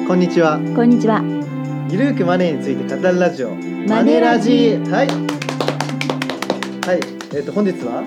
こんにちは。 こんにちは。 ゆるーくマネーについて語るラジオマネラジ。 はい、本日は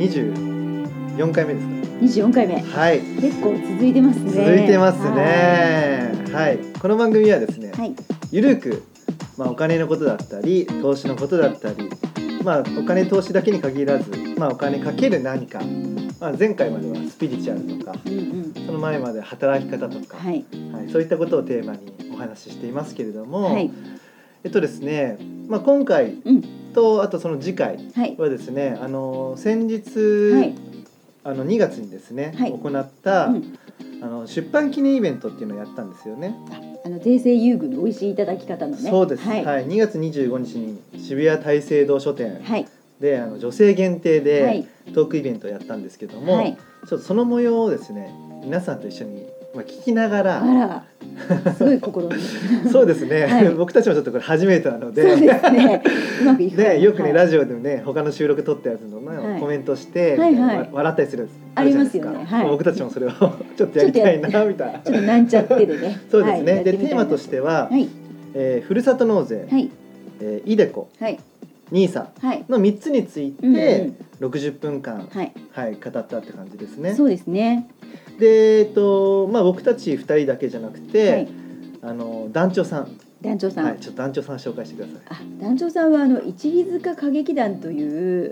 24回目ですか。 24回目。 はい、 結構続いてますね。 続いてますね。はい、この番組はですね、 はい、 ゆるーく、お金のことだったり投資のことだったり、お金投資だけに限らず、お金かける何か、前回まではスピリチュアルとか、その前まで働き方とか、そういったことをテーマにお話ししていますけれども、ですね、今回とあとその次回はですね、先日、2月にですね、行った、出版記念イベントっていうのをやったんですよね。 税制優遇の美味しいいただき方のね。 そうです、2月25日に渋谷大聖堂書店で、女性限定でトークイベントをやったんですけども、ちょっとその模様をですね、皆さんと一緒に聞きながら、 すごい心にそうですね、僕たちもちょっとこれ初めてなので、 そうですね、うまくいくかな。 よくね、ラジオでもね、他の収録撮ったやつのコメントして笑ったりするんです。 ありますよね。 僕たちもそれをちょっとやりたいなみたいな。 ちょっとなんちゃってでね。 そうですね。で、テーマとしては、ふるさと納税、イデコ、ニーサの3つについて60分間語ったって感じですね。 そうですね。 で、僕たち2人だけじゃなくて、団長さん、ちょっと団長さん紹介してください。 団長さんは一里塚歌劇団という、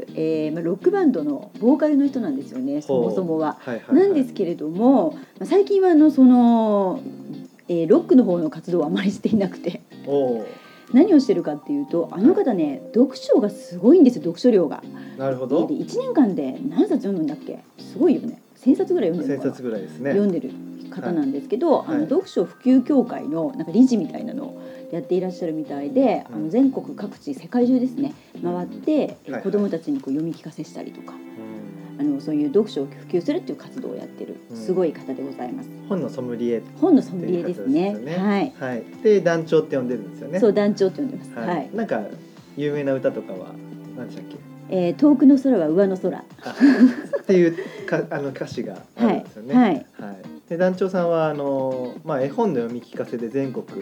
ロックバンドのボーカルの人なんですよね、そもそもは。なんですけれども、最近はその、ロックの方の活動はあまりしていなくて、何をしてるかっていうと、あの方ね、読書がすごいんですよ、読書量が。 なるほど。 1年間で何冊読むんだっけ、すごいよね。1000冊ぐらい読んでるのかな。 1000冊ぐらいですね。 読んでる方なんですけど、読書普及協会のなんか理事みたいなのをやっていらっしゃるみたいで、全国各地、世界中ですね、回って子どもたちに読み聞かせしたりとか、そういう読書を普及するっていう活動をやってるすごい方でございます。 本のソムリエですね。 はい。で、団長って呼んでるんですよね。 そう、団長って呼んでます。 なんか有名な歌とかは何でしたっけ？ 遠くの空は上の空っていう歌詞があるんですよね。で、団長さんは絵本の読み聞かせで全国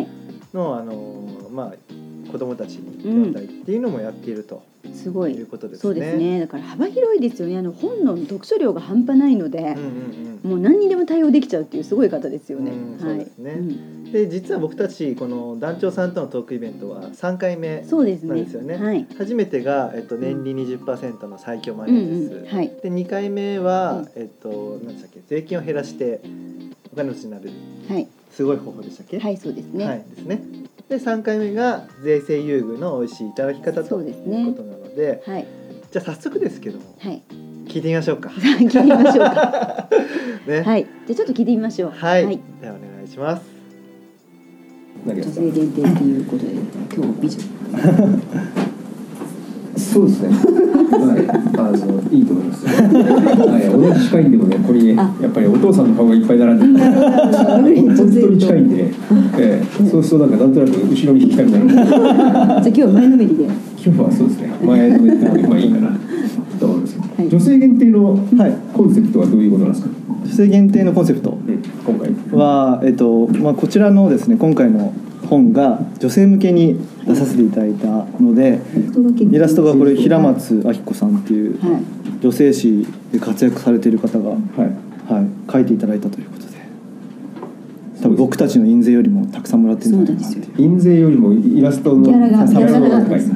の子どもたちに読んだりっていうのもやっているということですね。 そうですね。だから幅広いですよね。本の読書量が半端ないので、もう何にでも対応できちゃうっていうすごい方ですよね。 そうですね。で、実は僕たちこの団長さんとのトークイベントは3回目なんですよね。初めてが年利 20% の最強マネーです。で、2回目は何でしたっけ、税金を減らしてお金持ちになるすごい方法でしたっけ？はい、そうですね。ですね。で、3回目が税制優遇の美味しいいただき方ということなので、じゃあ早速ですけども、聞いてみましょうか。 聞いてみましょうか。ね。はい。じゃあちょっと聞いてみましょう。 はい。ではお願いします。 女性限定ということで、今日美女。 そうですね。いいと思います。同じ近いんでもね、これやっぱりお父さんの顔がいっぱい並んでる。本当に近いんでね。そうするとなんとなく後ろに引きたくなる。じゃあ今日は前のめりで。 今日はそうですね。前のめりでいいかなと思います。女性限定のコンセプトはどういうことなんですか？ 女性限定のコンセプト今回はこちらのですね、今回の本が女性向けに出させていただいたので、イラストがこれ平松明子さんっていう女性誌で活躍されている方が描いていただいたということで、多分僕たちの印税よりもたくさんもらってるんじゃないかなっていう。 印税よりもイラストのギャラが高い。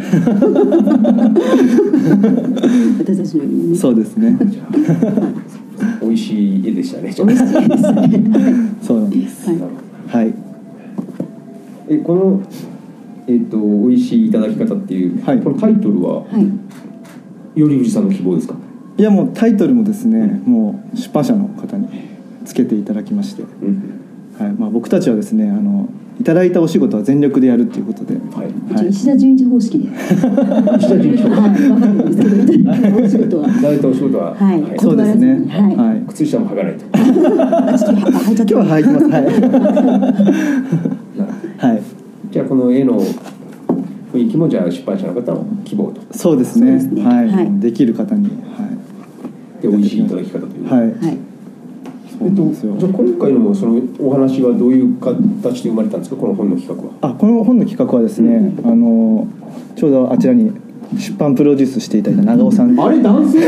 私たちのよりね。 そうですね。 美味しい絵でしたね。 美味しい絵ですね。 そうなんです。はい。 この美味しいいただき方っていう、このタイトルは頼藤さんの希望ですか？ いや、もうタイトルもですね、もう出版社の方につけていただきまして、僕たちはですね、いただいたお仕事は全力でやるっていうことで、 石田純一方式で石田純一方式いただいたお仕事はそうですね。 靴下も履かないと。 今日は履いてます。 じゃあこの絵の雰囲気もじゃあ出版社の方の希望と。 そうですね。できる方に、 で美味しいいただき方という。 そじゃあ今回のそのお話はどういう形で生まれたんですか、この本の企画は。 この本の企画はですね、ちょうどあちらに出版プロデュースしていただいた長尾さん。 あれ男性？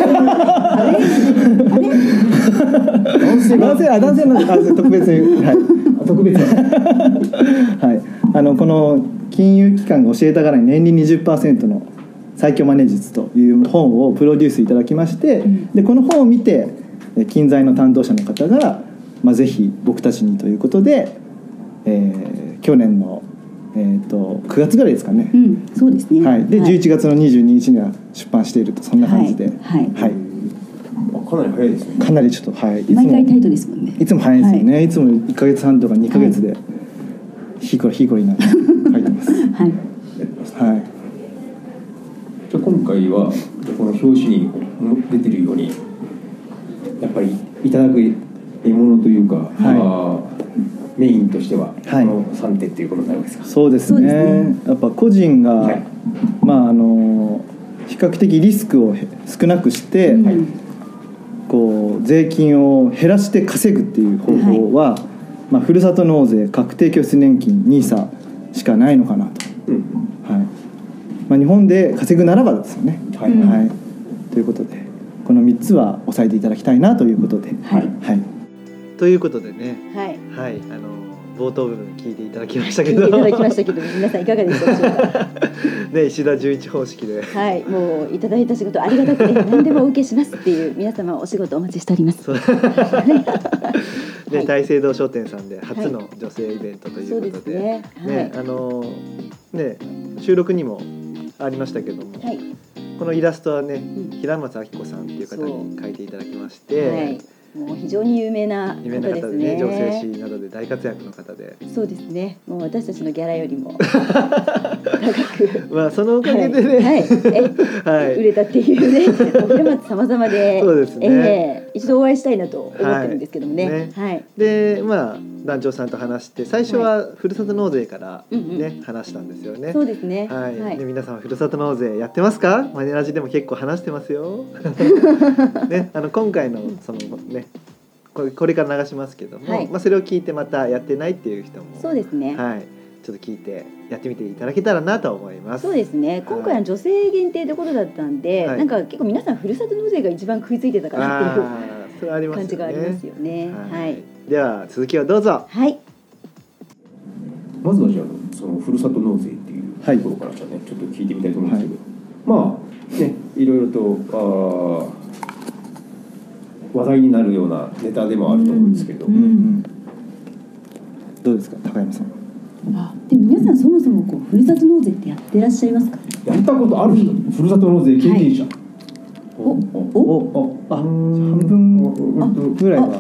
男性の特別に、はい、特別はい、この金融機関が教えたがらに年利 20% の最強マネ術という本をプロデュースいただきまして、でこの本を見て金財の担当者の方が、ぜひ僕たちにということで、去年の9月ぐらいですかね、 そうですね、 はい、で11月の22日には出版していると、そんな感じで、 はいかなり早いですね。 かなりちょっと早い、 毎回タイトですもんね。 いつも早いですよね、いつも1ヶ月半とか2ヶ月でヒコリになって書いてますはい、 じゃあ今回はこの表紙に出てるようにやっぱりいただく獲物というか、メインとしてはこの3点ということになりますか。 そうですね、やっぱ個人が、比較的リスクを少なくして、こう税金を減らして稼ぐっていう方法は、ふるさと納税、確定拠出年金、NISA しかないのかなと、日本で稼ぐならばですよね、ということでこの3つは押さえていただきたいなということで、 ということでね、冒頭部分聞いていただきましたけど皆さんいかがでしたでしょうかね、石田純一方式で、 もういただいた仕事ありがたくて何でもお受けしますっていう皆様お仕事お待ちしております。 で大聖堂書店さんで初の女性イベントということで、収録にもありましたけども、このイラストはね、平松明子さんっていう方に描いていただきまして、 もう非常に有名な方ですね。 女性誌などで大活躍の方で、 そうですね。もう私たちのギャラよりも高くそのおかげでね、 売れたっていうね、平松様々で、 そうですね、 一度お会いしたいなと思ってるんですけどもね。 で団長さんと話して、最初はふるさと納税からね、話したんですよね。 そうですね。 で皆さんふるさと納税やってますか？マネラジでも結構話してますよ。ね、今回のそのね、これから流しますけども、それを聞いてまたやってないっていう人も、 そうですね。 ちょっと聞いてやってみていただけたらなと思います。 そうですね。今回は女性限定ってことだったんで、なんか結構皆さんふるさと納税が一番食いついてたかなっていう感じがありますよね。 では続きをどうぞ。 まずはじゃあそのふるさと納税っていうところからじゃあね、ちょっと聞いてみたいと思うんですけど、いろいろと話題になるようなネタでもあると思うんですけど、 どうですか高山さん。 でも皆さんそもそもふるさと納税ってやってらっしゃいますか？ やったことある人、ふるさと納税経験者。 半分ぐらいは。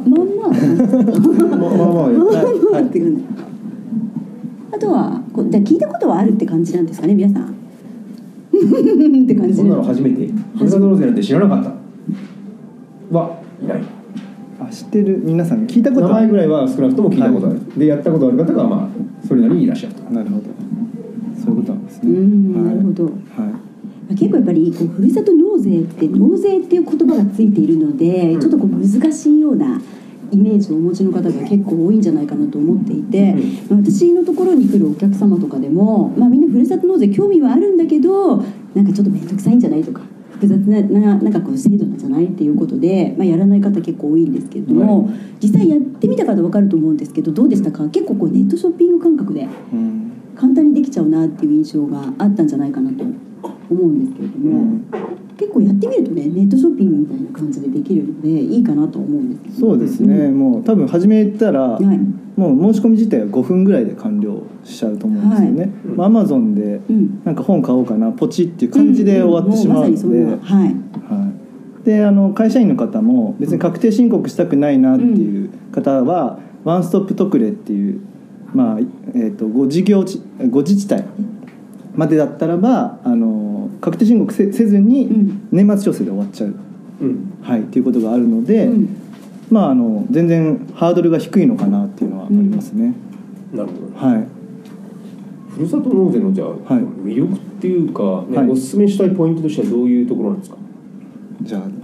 あとは聞いたことはあるって感じなんですかね、皆さん。って感じ。 そんなの初めて。ふるさと納税なんて知らなかったはいない。 知ってる皆さん聞いたこと名前ぐらいは少なくとも聞いたことある、でやったことある方がそれなりにいらっしゃると。 なるほど、そういうことなんですね。 なるほど。結構やっぱりふるさと納税って納税っていう言葉がついているので、ちょっと難しいようなイメージをお持ちの方が結構多いんじゃないかなと思っていて、私のところに来るお客様とかでも、みんなふるさと納税興味はあるんだけど、なんかちょっと面倒くさいんじゃないとか、複雑ななんか制度なんじゃないっていうことで、やらない方結構多いんですけれども、実際やってみた方分かると思うんですけど、どうでしたか？結構ネットショッピング感覚で簡単にできちゃうなっていう印象があったんじゃないかなと思うんですけれども、結構やってみるとね、ネットショッピングみたいな感じでできるのでいいかなと思うんですけど、 そうですね、もう多分始めたら、もう申し込み自体は5分ぐらいで完了しちゃうと思うんですよね。Amazon でなんか本買おうかな、ポチっていう感じで終わってしまうので、で会社員の方も別に確定申告したくないなっていう方は、ワンストップ特例っていう、ご自治体までだったらば確定申告せずに年末調整で終わっちゃう、っていうことがあるので、全然ハードルが低いのかなっていうのはありますね。 なるほど。ふるさと納税のじゃあ、魅力っていうか、おすすめしたいポイントとしてはどういうところなんですか？ じゃあ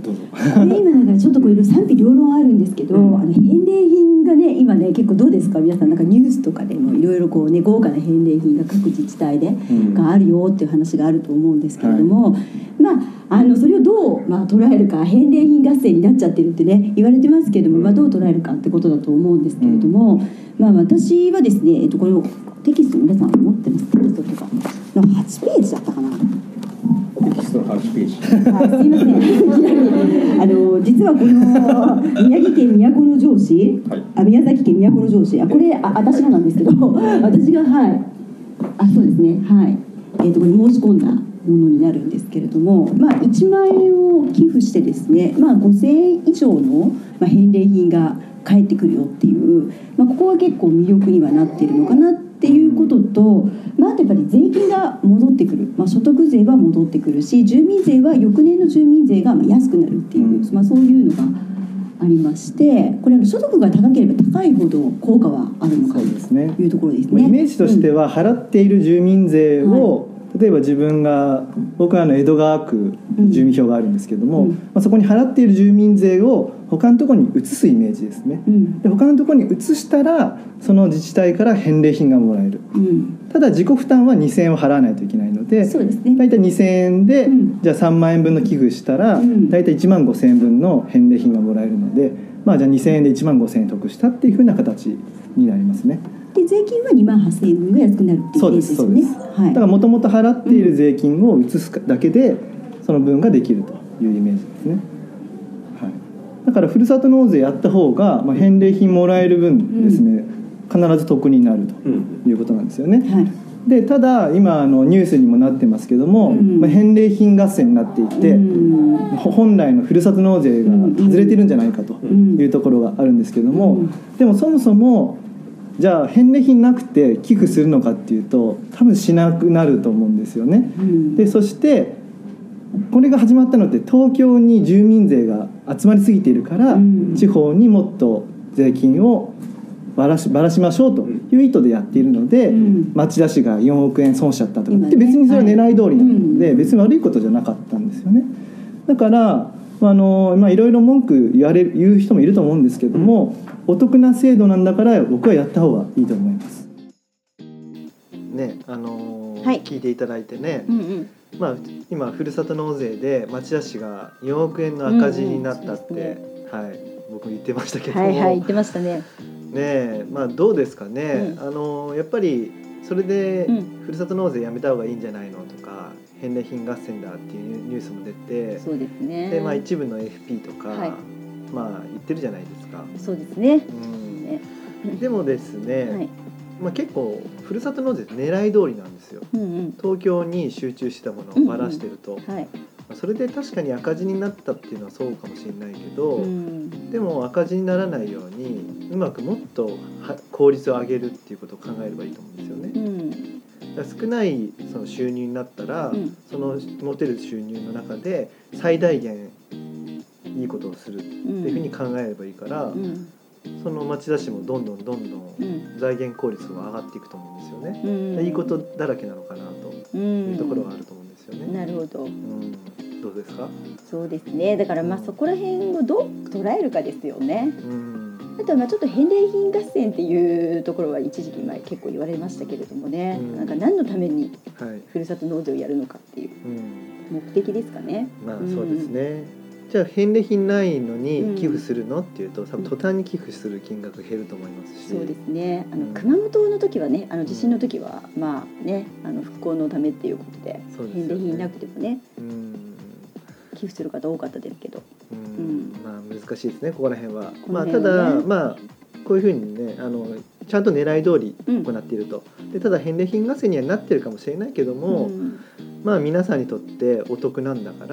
どうぞ。 今なんかちょっとこういろいろ賛否両論あるんですけど、返礼品がね今ね結構どうですか皆さん、なんかニュースとかでもいろいろこうね豪華な返礼品が各自治体でがあるよっていう話があると思うんですけれども、それをどう捉えるか、返礼品合戦になっちゃってるってね言われてますけれども、どう捉えるかってことだと思うんですけれども、私はですね、これをテキスト皆さん持ってます？テキストとかの8ページだったかな。 テキストの8ページ。 すいません。実はこの宮城県都城市、宮崎県都城市、これ私のなんですけど、私がそうですね、これ申し込んだものになるんですけれども、1万円を寄付してですね、5000円以上の返礼品が返ってくるよっていう、ここは結構魅力にはなっているのかなっていうことと、あとやっぱり税金が戻ってくる、所得税は戻ってくるし、住民税は翌年の住民税が安くなるっていう、そういうのがありまして、これ所得が高ければ高いほど効果はあるのかというところですね。 イメージとしては払っている住民税を、例えば僕は江戸川区住民票があるんですけども、そこに払っている住民税を他のところに移すイメージですね。で他のところに移したらその自治体から返礼品がもらえる。ただ自己負担は2000円を払わないといけないので、だいたい2000円で、じゃあ3万円分の寄付したら、だいたい1万5000円分の返礼品がもらえるので、じゃあ2000円で1万5000円得したっていうふうな形になりますね。 で税金は2万8000円分が安くなるっていうイメージですよね。 だからもともと払っている税金を移すだけでその分ができるというイメージですね。だからふるさと納税やった方が、返礼品もらえる分ですね、必ず得になるということなんですよね。でただ今ニュースにもなってますけども、返礼品合戦になっていて、本来のふるさと納税が外れてるんじゃないかというところがあるんですけども、でもそもそもじゃあ返礼品なくて寄付するのかっていうと多分しなくなると思うんですよね。でそしてこれが始まったのって東京に住民税が集まりすぎているから、地方にもっと税金をばらしましょうという意図でやっているので、町田市が4億円損しちゃったとかって別にそれは狙い通りなので、別に悪いことじゃなかったんですよね。だからいろいろ文句言う人もいると思うんですけども、お得な制度なんだから僕はやった方がいいと思います。 ね、聞いていただいてね、今ふるさと納税で町田市が4億円の赤字になったって、僕言ってましたけども、 言ってましたね。 ね、どうですかね、やっぱりそれでふるさと納税やめた方がいいんじゃないのとか、返礼品合戦だっていうニュースも出て、 そうですね。 で一部の FP とか、言ってるじゃないですか。 そうですね。 でもですね、結構ふるさと納税って狙い通りなんですよ。東京に集中したものをばらしてると、それで確かに赤字になったっていうのはそうかもしれないけど、でも赤字にならないようにうまくもっと効率を上げるっていうことを考えればいいと思うんですよね。だから少ないその収入になったら、その持てる収入の中で最大限いいことをするっていうふうに考えればいいから、その町田市もどんどん財源効率が上がっていくと思うんですよね。いいことだらけなのかなというところはあると思うんですよね。 なるほど。 どうですか？ そうですね。だからそこら辺をどう捉えるかですよね。あとはちょっと返礼品合戦っていうところは一時期前結構言われましたけれどもね、なんか何のためにふるさと納税をやるのかっていう目的ですかね。 そうですね。じゃあ返礼品ないのに寄付するのっていうと、途端に寄付する金額減ると思いますし。そうですね。 熊本の時はね、地震の時は復興のためっていうことで返礼品なくてもね、寄付する方多かったですけど、 難しいですね、ここら辺は。ただこういうふうにね、ちゃんと狙い通り行っていると。でただ返礼品合戦にはなってるかもしれないけども、皆さんにとってお得なんだから、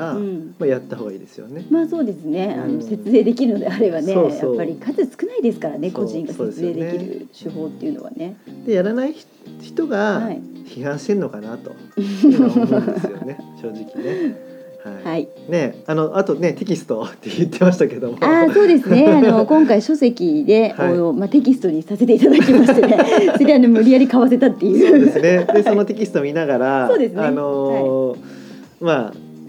やった方がいいですよね。そうですね。節税できるのであればね、やっぱり数少ないですからね、個人が節税できる手法っていうのはね。でやらない人が批判してんのかなと今思うんですよね、正直ね。ね、あとねテキストって言ってましたけども、 そうですね。今回書籍で、テキストにさせていただきましてね、それで無理やり買わせたっていう。 そうですね。でそのテキスト見ながら、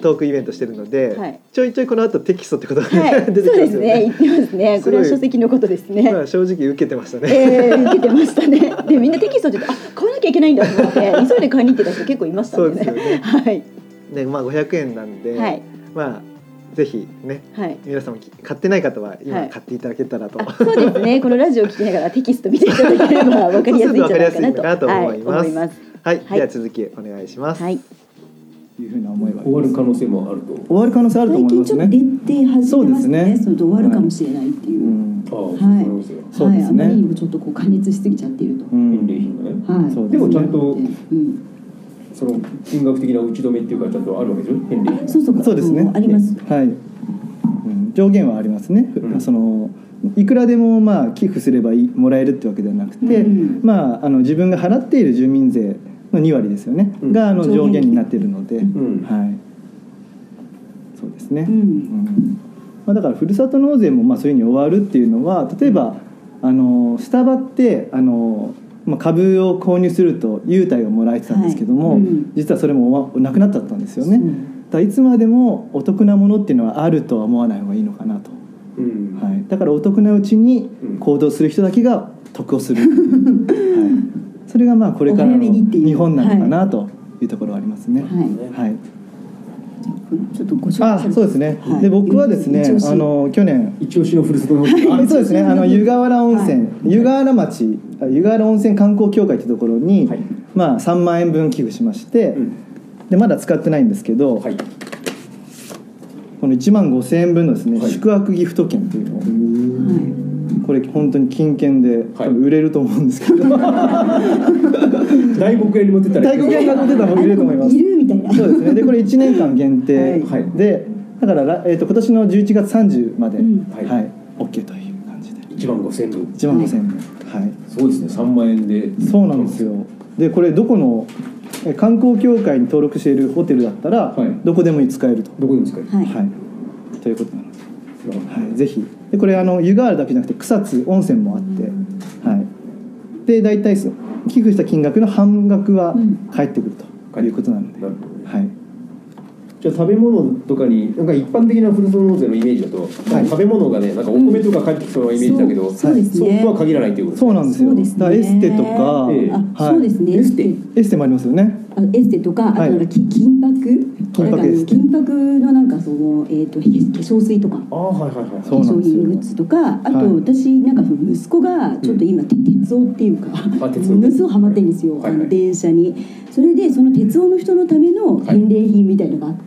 トークイベントしてるので、 はい、 ちょいちょいこの後テキストってことが、ね、 はい、 出てきますよね。 そうですね、言ってますね。これは書籍のことですね。 まあ、正直受けてましたね。 受けてましたね。でみんなテキストちょっと買わなきゃいけないんだと思って急いで買いに行ってた人結構いましたね。 そうですよね。 はい。 でまあ500円なんで、はい、まあぜひね、はい、皆さんも買ってない方は今買っていただけたらと、はい、 そうですね。このラジオを聞きながらテキスト見ていただければ分かりやすいんじゃないかなと思います。はい、では続きお願いします。はい。 いうふうな思いは終わる可能性もあると。 終わる可能性あると思いますね。 最近ちょっと出て始めますね。その終わるかもしれないっていう。はい。そうですね。あまりにもちょっとこう加熱しすぎちゃっていると。 返礼品がね。はい。でもちゃんとその金額的な打ち止めっていうかちゃんとあるわけですよ。返礼品。 そうですね。 あります。 はい。上限はありますね。そのいくらでもまあ寄付すればもらえるってわけではなくて、まあ自分が払っている住民税の2割ですよね、が上限になっているので、はい、そうですね。まあだからふるさと納税もまあそういうふうに終わるっていうのは、例えばスタバってまあ株を購入すると優待をもらえてたんですけども、実はそれもなくなっちゃったんですよね。だからいつまでもお得なものっていうのはあるとは思わない方がいいのかなと。はい、だからお得なうちに行動する人だけが得をする、はい、それがまあこれからの日本なのかなというところはありますね。はい、 ちょっとご紹介そうですね。で僕はですね、去年一押しのふるさと納税、 そうですね、湯河原温泉、湯河原町湯河原温泉観光協会というところに、まあ3万円分寄付しまして、でまだ使ってないんですけど、この1万5,000円分のですね、宿泊ギフト券というのを、これ本当に金券で多分売れると思うんですけど、 大黒屋に持ってたら大黒屋に持ってたら売れると思います。 いるみたいな。 そうですね。でこれ1年間限定で、だから今年の11月30まで、はい、OK という感じで。 1万5,000円分。 1万5,000円分。はい。 そうですね。3万円で。 そうなんですよ。でこれどこの観光協会に登録しているホテルだったら、どこでも使えると。 どこでも使える。 はい。ということなんです。はい。ぜひ。でこれ湯河原だけじゃなくて草津温泉もあって、はい。で大体寄付した金額の半額は返ってくるということなので、はい。 じゃあ食べ物とかになんか一般的なふるさと納税のイメージだと、食べ物がねなんかお米とか返ってきそうなイメージだけど、そうとは限らないということです。 そうなんですよ。だからエステとか、 そうですね。 エステもありますよね。 エステとか、あとなんか金箔のなんかその化粧水とか、化粧品グッズとか、あと私なんかその息子がちょっと今鉄道っていうかものすごいハマってるんですよ、電車に。それでその鉄道の人のための返礼品みたいのがあって、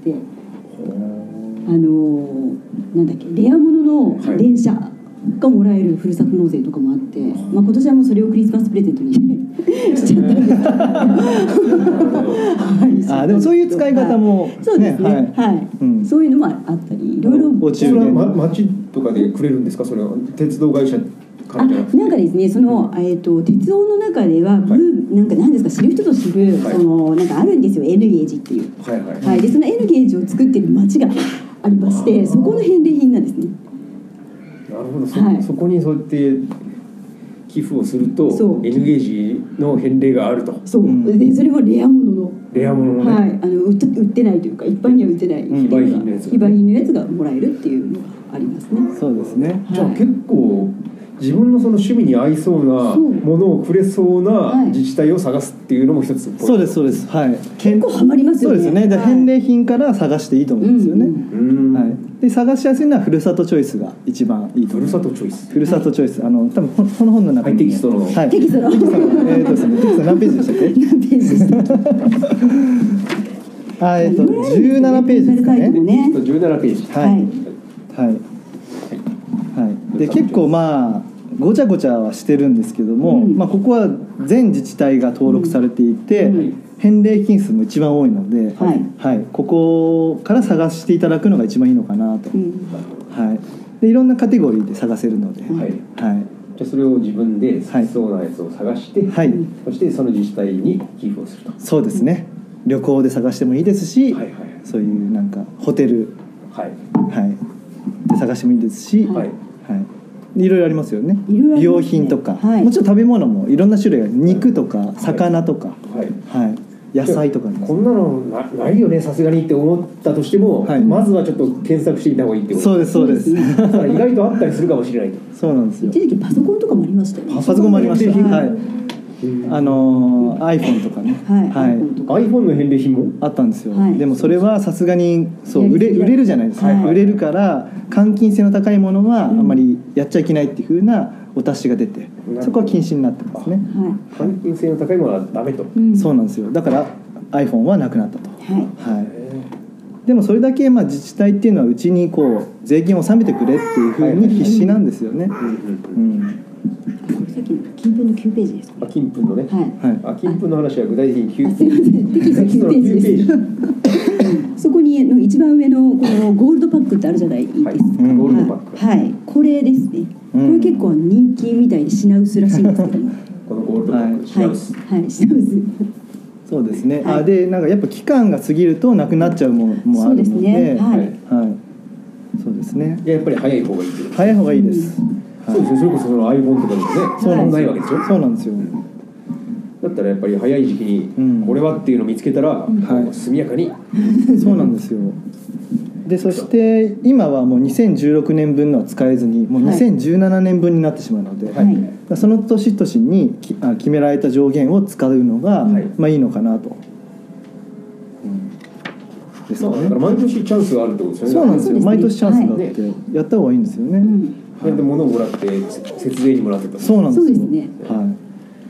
なんだっけ、レア物の電車がもらえるふるさと納税とかもあって、まあ今年はもうそれをクリスマスプレゼントにしちゃったんですけど、 でもそういう使い方も、 そうですね、はい、そういうのもあったり、いろいろ。 それは町とかでくれるんですか？それは鉄道会社なんかですね、その鉄道の中ではなんか何ですか、知る人ぞ知るそのなんかあるんですよ、N ゲージっていう。はい。でその N ゲージを作ってる町がありまして、そこの返礼品なんですね。 なるほど。そこにそうやって寄付をすると N ゲージの返礼があると。 そう。でそれもレア物の。 レア物のね。 はい。売ってないというか一般には売ってない非売品のやつ。 非売品のやつがもらえるっていうのがありますね。 そうですね。 じゃあ結構自分のその趣味に合いそうなものをくれそうな自治体を探すっていうのも一つ。 そうですそうです。はい。 結構ハマりますよね。 そうですね。で返礼品から探していいと思うんですよね。はい。で探しやすいのはふるさとチョイスが一番いいと思います。 ふるさとチョイス。 ふるさとチョイス。多分この本の中にテキストの。 はい。 テキストの。 ですね。テキスト何ページでしたっけ？ 何ページでしたっけ ？17ページですかね。 17ページ。 はいはいはい。で結構まあごちゃごちゃはしてるんですけども、まあここは全自治体が登録されていて、返礼品数も一番多いので、はい、ここから探していただくのが一番いいのかなと。はい。でいろんなカテゴリーで探せるので、はい。 じゃあそれを自分で好きそうなやつを探して、はい、そしてその自治体に寄付をすると。 そうですね。旅行で探してもいいですし、そういうなんかホテル、はい、で探してもいいですし、はい。いろいろありますよね。美容品とか、もちろん食べ物もいろんな種類がある。肉とか魚とか、はい。 野菜とかにこんなのないよねさすがにって思ったとしても、はい、まずはちょっと検索してみた方がいいってことです。 そうですそうです。 意外とあったりするかもしれない。 そうなんですよ。 一時期パソコンとかもありましたよね。 パソコンもありました。はい。iPhone とかね。 はい。 iPhone の返礼品もあったんですよ。でもそれはさすがにそう売れるじゃないですか。売れるから換金性の高いものはあんまりやっちゃいけないっていう風なお達しが出て、そこは禁止になってますね。 換金性の高いものはダメと。 そうなんですよ。だから iPhone はなくなったと。はい。でもそれだけ自治体っていうのはうちにこう税金を納めてくれっていう風に必死なんですよね。 さっきの金粉の9ページですか。 金粉のね。 はい。 金粉の話は具体的に9 ページ。そこに一番上のこのゴールドパックってあるじゃないですか。ゴールドパック。 はい。これですね。これ結構人気みたいで品薄らしいんですけども。 このゴールドパック品薄。 はい。品薄。 そうですね。でなんかやっぱ期間が過ぎるとなくなっちゃうものもあるので、はい。そうですね。 やっぱり早い方がいい。 早い方がいいです。 そうですね。それこそその iPhone とかでもね、そうないわけでしょ。 そうなんですよ。 だったらやっぱり早い時期にこれはっていうのを見つけたら速やかに。 そうなんですよ。でそして今はもう2016年分のは使えずにもう2017年分になってしまうので、その年々に決められた上限を使うのがいいのかなと。 だから毎年チャンスがあるってことですよね。 そうなんですよ。毎年チャンスがあってやった方がいいんですよね。 で物をもらって節税にもらってた。 そうなんですよ。はい。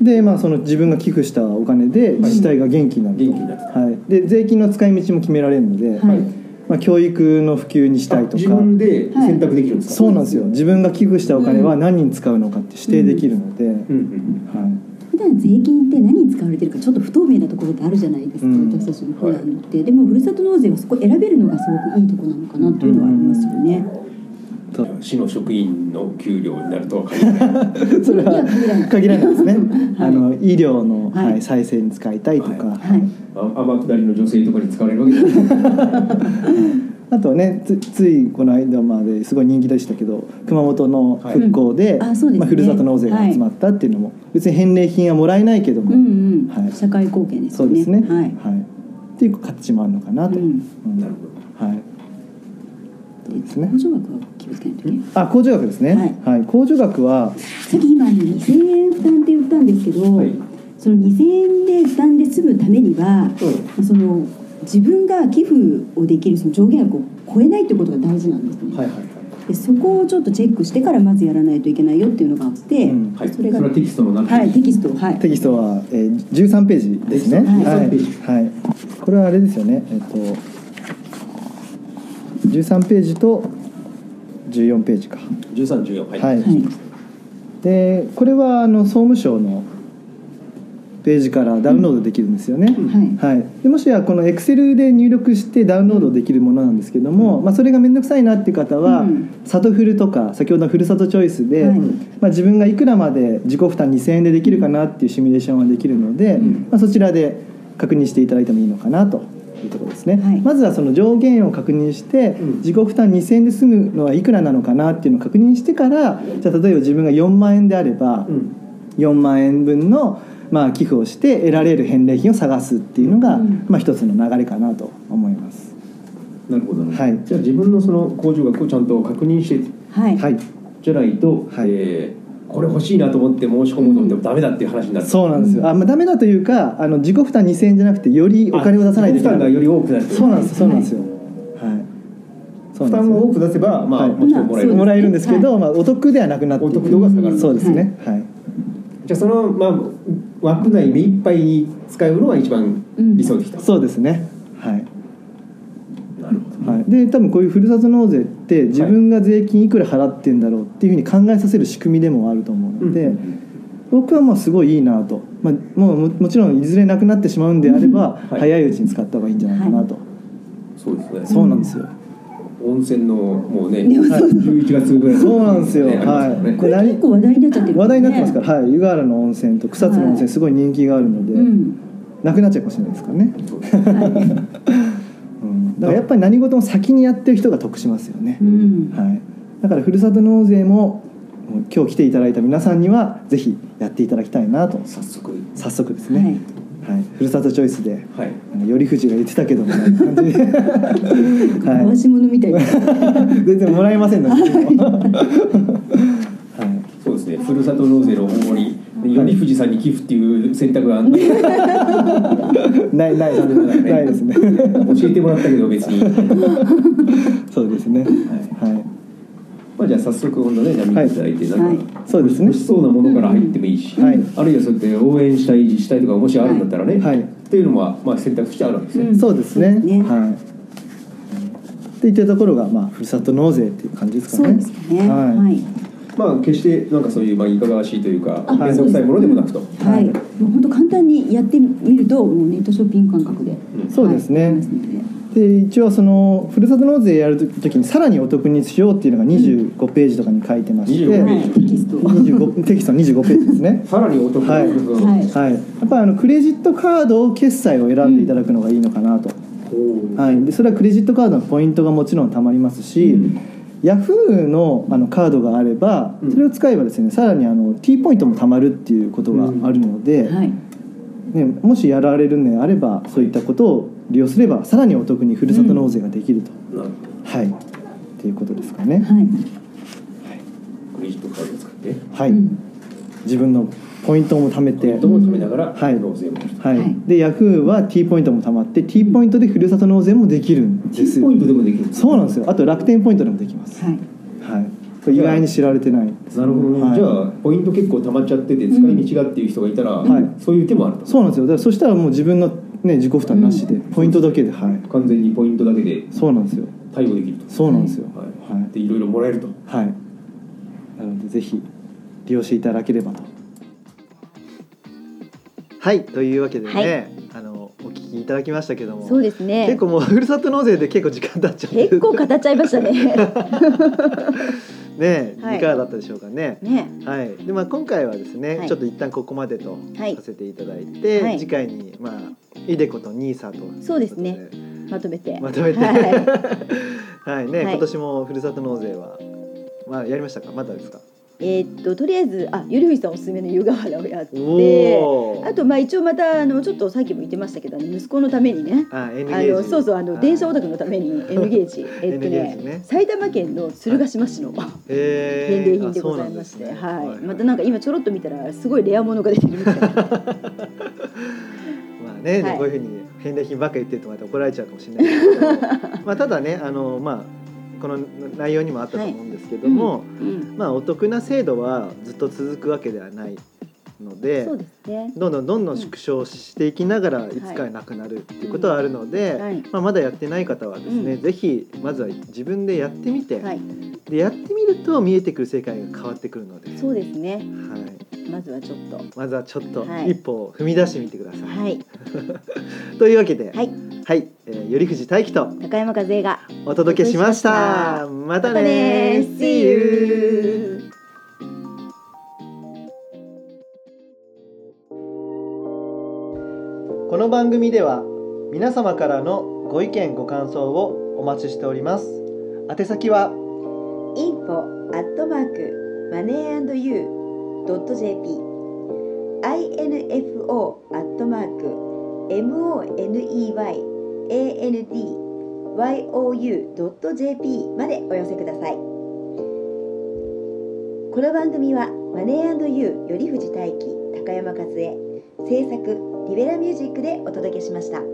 でその自分が寄付したお金で自治体が元気になると。はい。で税金の使い道も決められるので。教育の普及にしたいとか自分で選択できるんですか。 そうなんですよ。自分が寄付したお金は何に使うのかって指定できるので、 普段税金って何に使われてるかちょっと不透明なところってあるじゃないですか、私たちの普段って、でもふるさと納税はそこ選べるのがすごくいいところなのかなというのはありますよね。 市の職員の給料になるとは限らない。 それは限らないですね。医療の再生に使いたいとか、 天下りの女性とかに使われるわけです。 あとねついこの間まですごい人気でしたけど熊本の復興でふるさと納税が集まったっていうのも別に返礼品はもらえないけども社会貢献ですね。 そうですね。っていう形もあるのかなと。なるほど。はい。 控除額は気をつけないといけない。 控除額ですね。はい。控除額はさっき今2000円負担って言ったんですけど、その2000円で負担で済むためには、その自分が寄付をできるその上限額を超えないということが大事なんですね。でそこをちょっとチェックしてからまずやらないといけないよっていうのがあって、 それがテキストの中テキストは13ページですね。はい。これはあれですよね。13ページと14ページか。 13、14 はい。でこれは総務省のページからダウンロードできるんですよね。でもしはこの Excel で入力してダウンロードできるものなんですけども、それが面倒くさいなっていう方は、さとふるとか先ほどのふるさとチョイスで、自分がいくらまで自己負担2000円でできるかなっていうシミュレーションができるので、そちらで確認していただいてもいいのかなというところですね。まずはその上限を確認して、自己負担2000円で済むのはいくらなのかなっていうのを確認してから、じゃあ例えば自分が4万円であれば、4万円分の寄付をして得られる返礼品を探すっていうのが、一つの流れかなと思います。 なるほど、じゃあ自分のその控除額をちゃんと確認して、じゃないと、これ欲しいなと思って申し込もうと思ってもダメだっていう話になる。 そうなんですよ。ダメだというか自己負担2000円じゃなくてよりお金を出さないといけない。 負担がより多くなる。 そうなんですよ。 負担を多く出せばもちろんもらえるんですけど、お得ではなくなっていく。 お得度が下がる。 そうですね。 じゃあその枠内目いっぱいに使うのが一番理想的だ。 そうですね。なるほど。で多分こういうふるさと納税って自分が税金いくら払ってんだろうっていうふうに考えさせる仕組みでもあると思うので、僕はすごいいいなと。もちろんいずれなくなってしまうんであれば、早いうちに使った方がいいんじゃないかなと。 そうですね。 そうなんですよ。 温泉のもうね、11月ぐらい。 そうなんですよ。 これ結構話題になっちゃってる。 話題になってますから、湯河原の温泉と草津の温泉すごい人気があるので、なくなっちゃうかもしれないですからね。だからやっぱり何事も先にやってる人が得しますよね。だからふるさと納税も今日来ていただいた皆さんにはぜひやっていただきたいなと。 早速ですね。 はい、ふるさとチョイスで、 はい、 頼藤が言ってたけども感じで回し物みたいな全然もらえませんので、はい、 そうですね、ふるさと納税の大盛り頼藤さんに寄付っていう選択があんのないですね教えてもらったけど別にそうですね、はい、 まあ、じゃあ早速本当ね、じゃあ見ていただいて、なんか、 そうですね、 欲しそうなものから入ってもいいし、あるいはそうやって応援したい自治体とかもしあるんだったらね、っていうのはまあ選択肢あるわけですね。 そうですね、はい。っていったところがまあふるさと納税っていう感じですかね。 そうですね。はい。 まあ決してなんかそういうまあいかがわしいというか面倒くさいものでもなくと。 はい。もう本当簡単にやってみるともうネットショッピング感覚で。 そうですね。で一応そのふるさと納税やるときにさらにお得にしようっていうのが25ページとかに書いてまして、 25ページ、 テキスト25ページですね。 さらにお得に、 はい、はい、やっぱりクレジットカード決済を選んでいただくのがいいのかなと。はい。でそれはクレジットカードのポイントがもちろんたまりますし、ヤフーのカードがあればそれを使えばですね、さらにT ポイントもたまるっていうことがあるので、ね、もしやられるのであればそういったことを利用すればさらにお得にふるさと納税ができると、はい、っていうことですかね。はい、 クレジットカードを使って、 はい、自分のポイントも貯めて、 ポイントも貯めながら納税もする、 はい、でヤフーは T ポイントも貯まって T ポイントでふるさと納税もできるんです。 T ポイントでもできる。 そうなんですよ。あと楽天ポイントでもできます。はい、はい、これ意外に知られてないです。 なるほどね、はい、じゃあポイント結構貯まっちゃってて使い道がっていう人がいたら、はい、そういう手もあると。 そうなんですよ。だからそしたらもう自分の、ね、自己負担なしで、ポイントだけで、はい、 完全にポイントだけでそうなんですよ。 対応できると。 そうなんですよ。 はい、でいろいろもらえると。 はい。なのでぜひ利用していただければと。はい、というわけでね、はい、お聞きいただきましたけども、 そうですね、 結構もうふるさと納税で結構時間経っちゃって結構語っちゃいましたねね、いかがだったでしょうかね。はい。で今回はですね、ちょっと一旦ここまでとさせていただいて、次回にイデコとニーサとそうですね、まとめてはいね、今年もふるさと納税はやりましたか？まだですか？ とりあえず頼藤さんおすすめの湯河原をやって、あと一応またちょっとさっきも言ってましたけど息子のためにね、そう電車オタクのために N ゲージ埼玉県の鶴ヶ島市の返礼品でございまして、はい、またなんか今ちょろっと見たらすごいレア物が出てるみたいなね、こういうふうに返礼品ばっかり言ってるとまた怒られちゃうかもしれないですけどただねこの内容にもあったと思うんですけども、お得な制度はずっと続くわけではないので、そうですね、どんどん縮小していきながらいつかなくなるっていうことはあるので、まだやってない方はですね、ぜひまずは自分でやってみて、でやってみると見えてくる世界が変わってくるので、 そうですね、 はい、 まずはちょっと一歩を踏み出してみてください。はい、というわけで、はい、頼藤大樹と高山和恵がお届けしました。またね。See you。この番組では皆様からのご意見ご感想をお待ちしております。宛先は info@moneyandyou.jp info@moneyandyou.jp までお寄せください。この番組はマネー&ユー頼藤大樹、高山和恵、制作リベラミュージックでお届けしました。